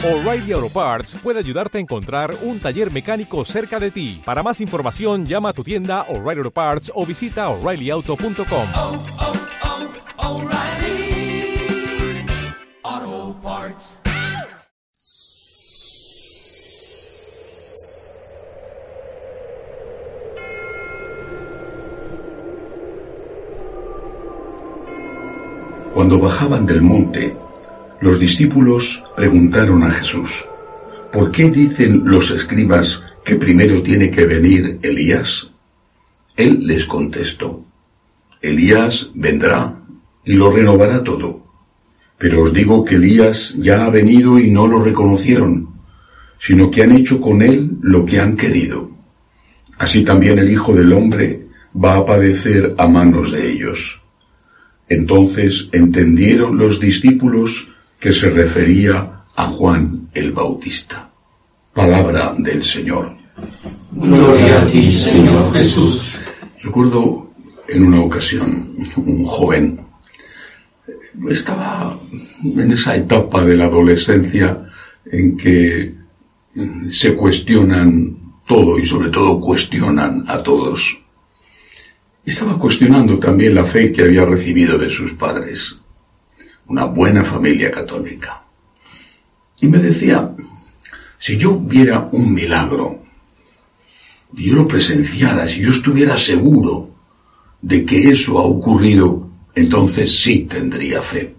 O'Reilly Auto Parts puede ayudarte a encontrar un taller mecánico cerca de ti. Para más información, llama a tu tienda O'Reilly Auto Parts o visita O'ReillyAuto.com. O'Reilly Auto Parts. Cuando bajaban del monte, los discípulos preguntaron a Jesús: ¿por qué dicen los escribas que primero tiene que venir Elías? Él les contestó: Elías vendrá y lo renovará todo. Pero os digo que Elías ya ha venido y no lo reconocieron, sino que han hecho con él lo que han querido. Así también el Hijo del Hombre va a padecer a manos de ellos. Entonces entendieron los discípulos que se refería a Juan el Bautista. Palabra del Señor. Gloria a ti, Señor Jesús. Recuerdo en una ocasión un joven estaba en esa etapa de la adolescencia en que se cuestionan todo y sobre todo cuestionan a todos. Estaba cuestionando también la fe que había recibido de sus padres, una buena familia católica. Y me decía, si yo viera un milagro, si yo lo presenciara, si yo estuviera seguro de que eso ha ocurrido, entonces sí tendría fe.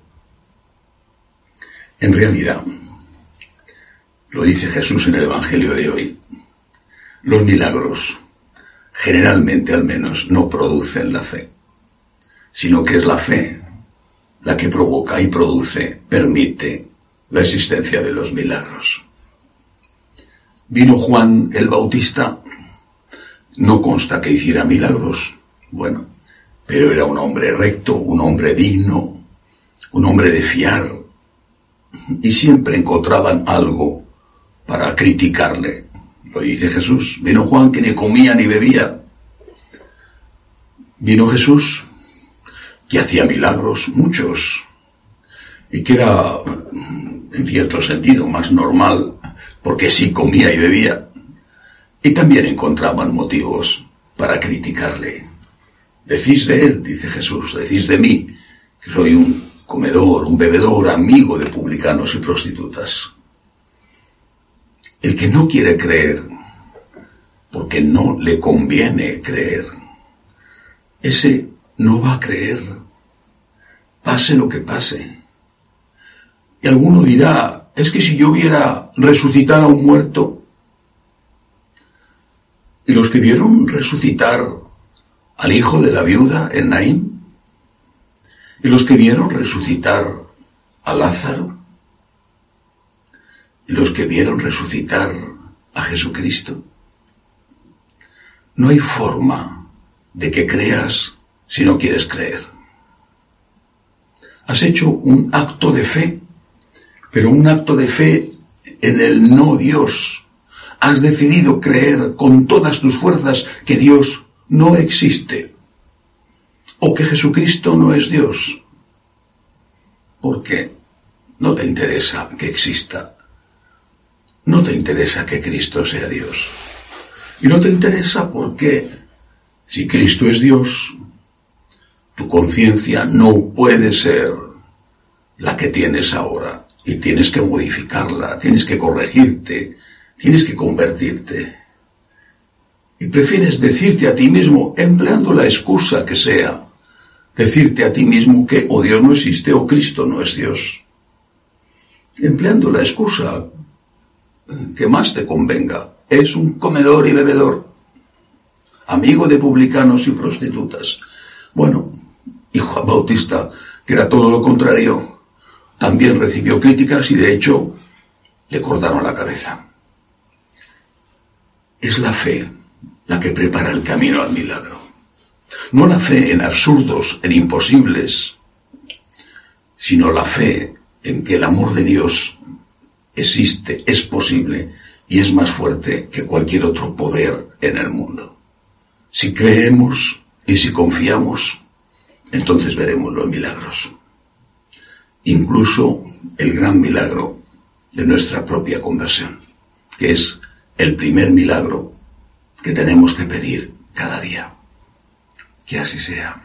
En realidad, lo dice Jesús en el Evangelio de hoy, los milagros, generalmente al menos, no producen la fe, sino que es la fe la que provoca y produce, permite la existencia de los milagros. Vino Juan el Bautista, no consta que hiciera milagros, bueno, pero era un hombre recto, un hombre digno, un hombre de fiar, y siempre encontraban algo para criticarle. Lo dice Jesús, vino Juan que ni comía ni bebía. Vino Jesús que hacía milagros, muchos, y que era, en cierto sentido, más normal, porque sí comía y bebía. Y también encontraban motivos para criticarle. Decís de él, dice Jesús, decís de mí, que soy un comedor, un bebedor, amigo de publicanos y prostitutas. El que no quiere creer, porque no le conviene creer, ese no va a creer, pase lo que pase. Y alguno dirá, es que si yo viera resucitar a un muerto, y los que vieron resucitar al hijo de la viuda en Naín, y los que vieron resucitar a Lázaro, y los que vieron resucitar a Jesucristo. No hay forma de que creas si no quieres creer. Has hecho un acto de fe, pero un acto de fe en el no Dios. Has decidido creer con todas tus fuerzas que Dios no existe, o que Jesucristo no es Dios, porque no te interesa que exista. No te interesa que Cristo sea Dios. Y no te interesa porque, si Cristo es Dios, tu conciencia no puede ser la que tienes ahora. Y tienes que modificarla, tienes que corregirte, tienes que convertirte. Y prefieres decirte a ti mismo, empleando la excusa que sea, decirte a ti mismo que o Dios no existe o Cristo no es Dios. Empleando la excusa que más te convenga, es un comedor y bebedor, amigo de publicanos y prostitutas. Bueno, y Juan Bautista, que era todo lo contrario, también recibió críticas y de hecho le cortaron la cabeza. Es la fe la que prepara el camino al milagro. No la fe en absurdos, en imposibles, sino la fe en que el amor de Dios existe, es posible y es más fuerte que cualquier otro poder en el mundo. Si creemos y si confiamos, entonces veremos los milagros. Incluso el gran milagro de nuestra propia conversión, que es el primer milagro que tenemos que pedir cada día. Que así sea.